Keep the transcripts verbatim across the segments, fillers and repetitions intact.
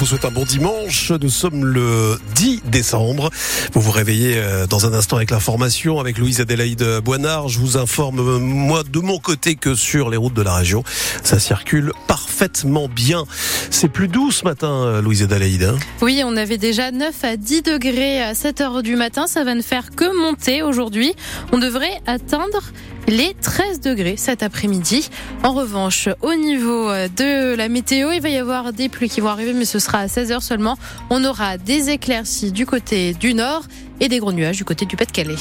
vous souhaite un bon dimanche. Nous sommes le dix décembre. Vous vous réveillez dans un instant avec l'information, avec Louise Adélaïde Boinard. Je vous informe, moi, de mon côté, que sur les routes de la région, ça circule parfaitement bien. C'est plus doux ce matin, Louise Adélaïde. Hein oui, on avait déjà neuf à dix degrés à sept heures du matin. Ça va ne faire que monter aujourd'hui. On devrait atteindre les treize degrés cet après-midi. En revanche, au niveau de la météo, il va y avoir des pluies qui vont arriver, mais ce sera à seize heures seulement. On aura des éclaircies du côté du nord et des gros nuages du côté du Pas-de-Calais.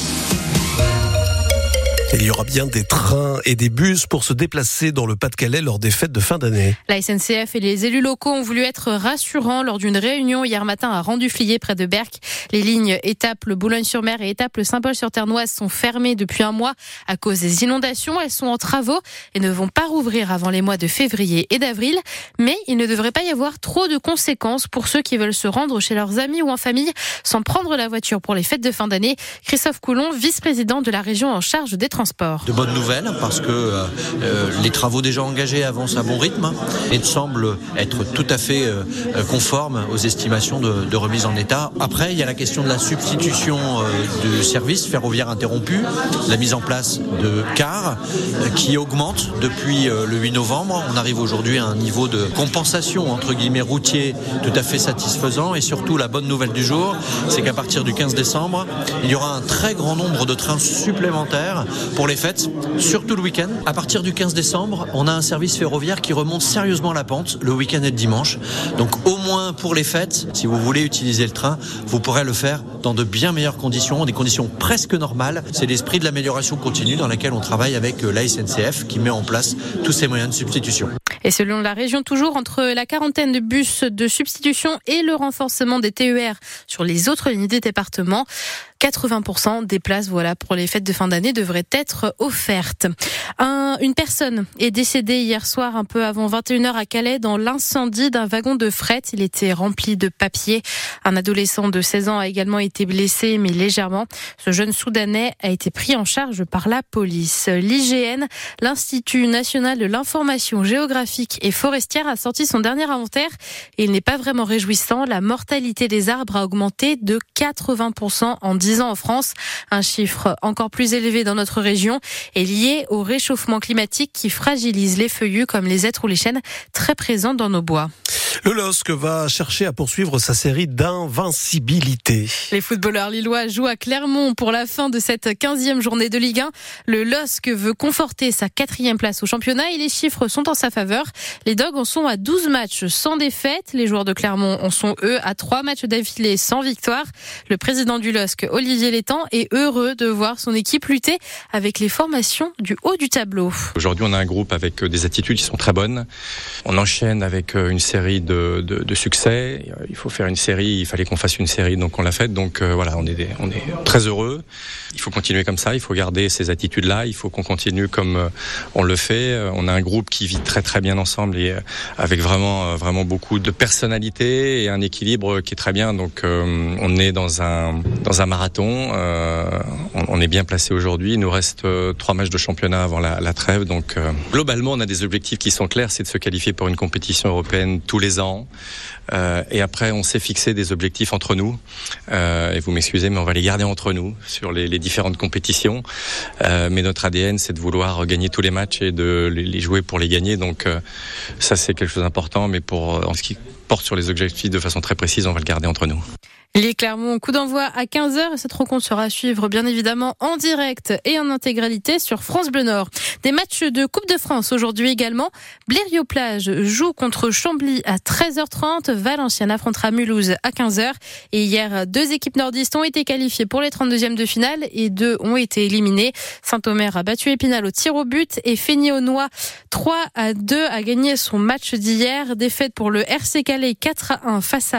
Il y aura bien des trains et des bus pour se déplacer dans le Pas-de-Calais lors des fêtes de fin d'année. La S N C F et les élus locaux ont voulu être rassurants lors d'une réunion hier matin à Rang-du-Flier près de Berck. Les lignes Étaples-Boulogne-sur-Mer et Étaples-Saint-Paul-sur-Ternoise sont fermées depuis un mois à cause des inondations. Elles sont en travaux et ne vont pas rouvrir avant les mois de février et d'avril. Mais il ne devrait pas y avoir trop de conséquences pour ceux qui veulent se rendre chez leurs amis ou en famille sans prendre la voiture pour les fêtes de fin d'année. Christophe Coulon, vice-président de la région en charge des transports. De bonnes nouvelles parce que euh, les travaux déjà engagés avancent à bon rythme et semblent être tout à fait euh, conformes aux estimations de, de remise en état. Après, il y a la question de la substitution euh, du service ferroviaire interrompu, la mise en place de cars euh, qui augmente depuis euh, le huit novembre. On arrive aujourd'hui à un niveau de compensation entre guillemets routier tout à fait satisfaisant et surtout la bonne nouvelle du jour, c'est qu'à partir du quinze décembre, il y aura un très grand nombre de trains supplémentaires pour les fêtes, surtout le week-end. À partir du quinze décembre, on a un service ferroviaire qui remonte sérieusement la pente le week-end et le dimanche. Donc au moins pour les fêtes, si vous voulez utiliser le train, vous pourrez le faire dans de bien meilleures conditions, des conditions presque normales. C'est l'esprit de l'amélioration continue dans laquelle on travaille avec la S N C F qui met en place tous ces moyens de substitution. Et selon la région, toujours entre la quarantaine de bus de substitution et le renforcement des T E R sur les autres lignes des départements, quatre-vingts pour cent des places voilà, pour les fêtes de fin d'année devraient être offertes. Un, une personne est décédée hier soir un peu avant vingt et une heures à Calais dans l'incendie d'un wagon de fret. Il était rempli de papier. Un adolescent de seize ans a également été blessé, mais légèrement. Ce jeune Soudanais a été pris en charge par la police. L'I G N, l'Institut national de l'information géographique et forestière, a sorti son dernier inventaire et il n'est pas vraiment réjouissant. La mortalité des arbres a augmenté de quatre-vingts pour cent en dix ans en France. Un chiffre encore plus élevé dans notre région est lié au réchauffement climatique qui fragilise les feuillus comme les hêtres ou les chênes très présents dans nos bois. Le L O S C va chercher à poursuivre sa série d'invincibilité. Les footballeurs lillois jouent à Clermont pour la fin de cette quinzième journée de Ligue un. Le L O S C veut conforter sa quatrième place au championnat et les chiffres sont en sa faveur. Les Dogs en sont à douze matchs sans défaite. Les joueurs de Clermont en sont, eux, à trois matchs d'affilée sans victoire. Le président du L O S C, Olivier Létang, est heureux de voir son équipe lutter avec les formations du haut du tableau. Aujourd'hui, on a un groupe avec des attitudes qui sont très bonnes. On enchaîne avec une série de, de, de succès. Il faut faire une série, il fallait qu'on fasse une série, donc on l'a faite. Donc euh, voilà, on est, on est très heureux. Il faut continuer comme ça, il faut garder ces attitudes-là, il faut qu'on continue comme euh, on le fait. On a un groupe qui vit très très bien ensemble et euh, avec vraiment, euh, vraiment beaucoup de personnalité et un équilibre qui est très bien. Donc euh, on est dans un, dans un marathon, euh, on, on est bien placé aujourd'hui. Il nous reste euh, trois matchs de championnat avant la, la trêve. Donc euh, globalement, on a des objectifs qui sont clairs, c'est de se qualifier pour une compétition européenne tous les ans. Euh, et après, on s'est fixé des objectifs entre nous. Euh, et vous m'excusez, mais on va les garder entre nous sur les, les différentes compétitions. Euh, mais notre A D N, c'est de vouloir gagner tous les matchs et de les, les jouer pour les gagner. Donc euh, ça, c'est quelque chose d'important. Mais pour en ce qui porte sur les objectifs de façon très précise, on va le garder entre nous. Les Clermont, coup d'envoi à quinze heures et cette rencontre sera à suivre bien évidemment en direct et en intégralité sur France Bleu Nord. Des matchs de Coupe de France aujourd'hui également. Blériot-Plage joue contre Chambly à treize heures trente. Valenciennes affrontera Mulhouse à quinze heures. Et hier, deux équipes nordistes ont été qualifiées pour les trente-deuxièmes de finale et deux ont été éliminées. Saint-Omer a battu Épinal au tir au but et Feigny-Aunois trois à deux a gagné son match d'hier. Défaite pour le R C Calais quatre à un face à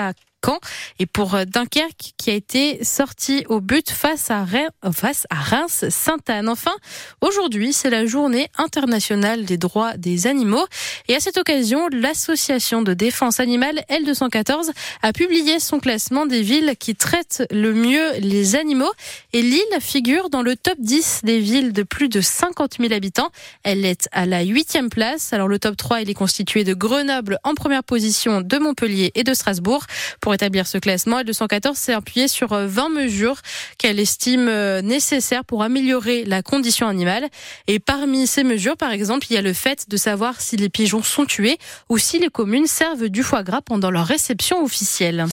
Caen. Et pour Dunkerque, qui a été sorti au but face à Reims, face à Reims Sainte-Anne. Enfin, aujourd'hui, c'est la journée internationale des droits des animaux. Et à cette occasion, l'association de défense animale L deux cent quatorze a publié son classement des villes qui traitent le mieux les animaux. Et Lille figure dans le top dix des villes de plus de cinquante mille habitants. Elle est à la huitième place. Alors le top trois, il est constitué de Grenoble en première position, de Montpellier et de Strasbourg. Pour établir ce classement, L deux cent quatorze s'est appuyée sur vingt mesures qu'elle estime nécessaires pour améliorer la condition animale. Et parmi ces mesures, par exemple, il y a le fait de savoir si les pigeons sont tués ou si les communes servent du foie gras pendant leur réception officielle.